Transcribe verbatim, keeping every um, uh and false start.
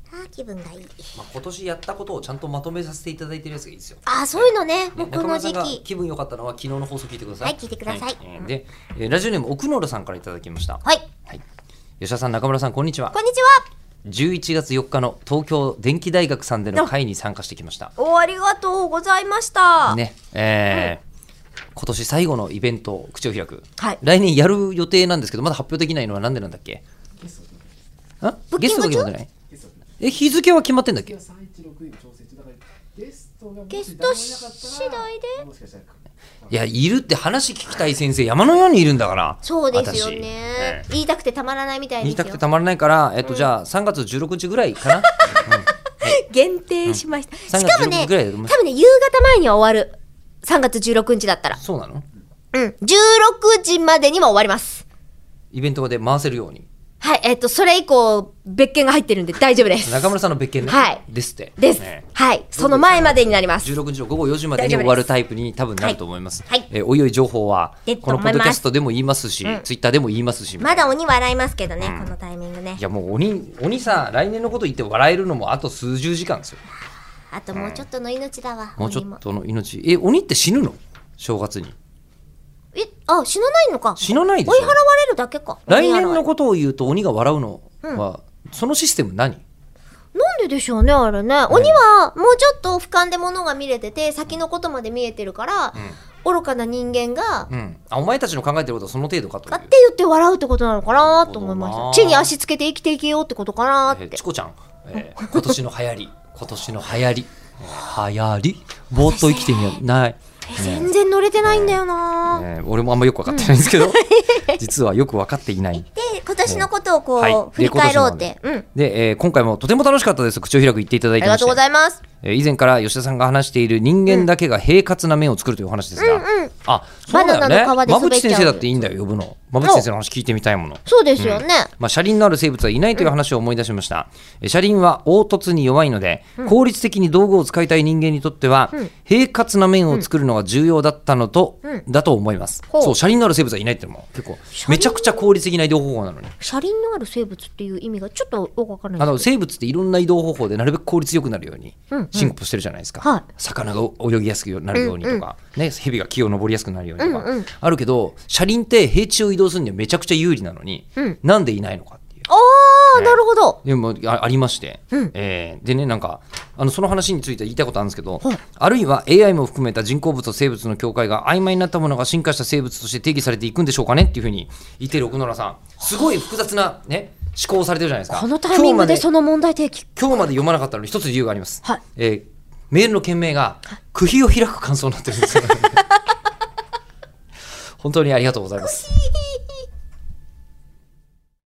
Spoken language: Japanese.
あー気分がいい。 まあ、今年やったことをちゃんとまとめさせていただいてるやつがいいですよ。 あーそういうのね、もうこ中村さんがの時期。 気分良かったのは昨日の放送聞いてください。 はい聞いてくださいえーで、えーラジオネーム奥野さんからいただきました。 はい、 はい、吉田さん、中村さん、こんにちは。 こんにちは。 じゅういちがつよっかの東京電機大学さんでの会に参加してきました。 おありがとうございました。 ね、えー今年最後のイベント、口を開く、 はい、 来年やる予定なんですけど、まだ発表できないのはなんでなんだっけ。あゲストが決まってない。え日付は決まってんだっけ。 ゲスト次第で。 いや、いるって話聞きたい先生山のようにいるんだから。 そうですよ私ね、 ええ言いたくてたまらないみたいですよ。 言いたくてたまらないから、えっと、じゃあさんがつじゅうろくにちぐらいかな、うん限定しました、 うん、 しかもねさんがつじゅうろくにちぐらいだと思います。 多分ね夕方前には終わる。さんがつじゅうろくにちだったらそうなの。 うんじゅうろくじまでには終わります。 イベントで回せるように。 はい、えっとそれ以降別件が入ってるんで大丈夫です。 中村さんの別件ね、 はいですってです、 ね、 はいその前までになります。 じゅうろくにちのごごよじまでに終わるタイプに多分なると思います。 はいはいえーおいおい情報は出るとこの思いますポッドキャストでも言いますし、 うんツイッターでも言いますし、 まだ鬼笑いますけどね、 うんこのタイミングね。 いやもう鬼鬼さ、来年のこと言って笑えるのもあと数十時間ですよ。 あともうちょっとの命だわ、 もうちょ鬼もっとの命。え鬼って死ぬの？正月にえあ死なないのか。 死なないでしょ。 追い払われるだけか。 来年鬼払いのことを言うと鬼が笑うのは、そのシステム何？ なんででしょうねあれね、鬼はもうちょっと俯瞰で物が見れてて先のことまで見えてるから、愚かな人間が、 うん、あお前たちの考えてることはその程度かという。 かって言って笑うってことなのかなと思いましなるほどなた。地に足つけて生きていけようってことかなって、 えーチコちゃん、えー今年の流行り今年の流行り流行りぼーっと生きてみようない、 全然乗れてないんだよな、 えー俺もあんまよく分かってないんですけど、実はよく分かっていない。 で今年のことをこう、 はい振り返ろうっでて、うん、 で、えー今回もとても楽しかったです。口を開く言っていただいてまして、 ありがとうございます。 えー以前から吉田さんが話している人間だけが平滑な面を作るというお話ですが、 うんうんあそうだよね。 バナナの皮で馬滑っちゃう淵先生だっていいんだよ呼ぶの。馬淵先生の話聞いてみたいもの。 そうですよね、 まあ、車輪のある生物はいないという話を思い出しました、えー車輪は凹凸に弱いので、効率的に道具を使いたい人間にとっては、平滑な面を作るのが重要だったのと、だと思います、 ほうそう車輪のある生物はいないっていうのも結構めちゃくちゃ効率的な移動方法なのに、 車輪のある生物っていう意味がちょっとよくわからないあですけど、 の生物っていろんな移動方法でなるべく効率よくなるようにうんうん進歩してるじゃないですか、 はい魚が泳ぎやすくなるようにとか、ね、蛇が木を登りやすくなるようにとか、 うんうんあるけど車輪って平地を移動するにはめちゃくちゃ有利なのに、 うんなんでいないのかっていうああ、なるほど。 でも あ, ありまして、 うんえーでねなんかあのその話について言いたいことあるんですけど、 はいあるいは エーアイ も含めた人工物と生物の境界が曖昧になったものが進化した生物として定義されていくんでしょうかねっていうふうに言っている奥野さん、すごい複雑な、ね、思考をされてるじゃないですか。 このタイミングでその問題提起。 今日まで読まなかったのに一つ理由があります、 はいえーメールの件名が釘を開く感想になってるんですよ本当にありがとうございます。